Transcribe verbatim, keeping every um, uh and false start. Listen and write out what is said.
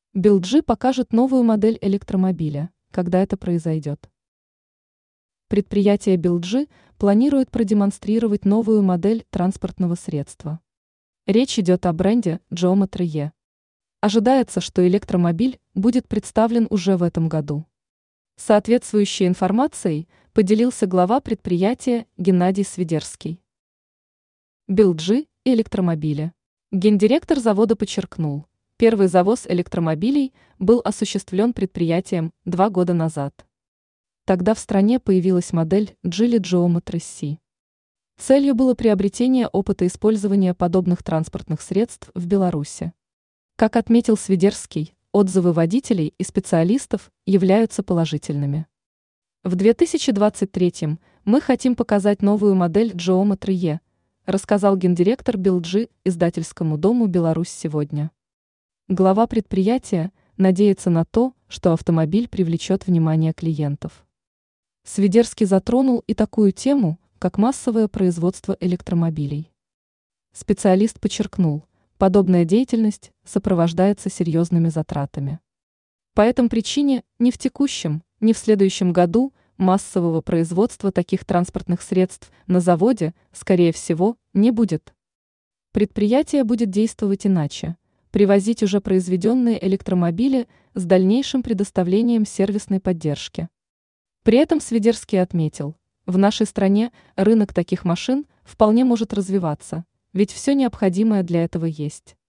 би эл джи покажет новую модель электромобиля, когда это произойдет. Предприятие би эл джи планирует продемонстрировать новую модель транспортного средства. Речь идет о бренде Geometry E. Ожидается, что электромобиль будет представлен уже в этом году. Соответствующей информацией поделился глава предприятия Геннадий Свидерский. би эл джи и электромобили. Гендиректор завода подчеркнул, первый завоз электромобилей был осуществлен предприятием два года назад. Тогда в стране появилась модель Geely Geometry C. Целью было приобретение опыта использования подобных транспортных средств в Беларуси. Как отметил Свидерский, отзывы водителей и специалистов являются положительными. В две тысячи двадцать третьем мы хотим показать новую модель Geometry E, рассказал гендиректор би эл джи издательскому дому «Беларусь сегодня». Глава предприятия надеется на то, что автомобиль привлечет внимание клиентов. Свидерский затронул и такую тему, как массовое производство электромобилей. Специалист подчеркнул, подобная деятельность сопровождается серьезными затратами. По этой причине ни в текущем, ни в следующем году массового производства таких транспортных средств на заводе, скорее всего, не будет. Предприятие будет действовать иначе, привозить уже произведенные электромобили с дальнейшим предоставлением сервисной поддержки. При этом Свидерский отметил, в нашей стране рынок таких машин вполне может развиваться, ведь все необходимое для этого есть.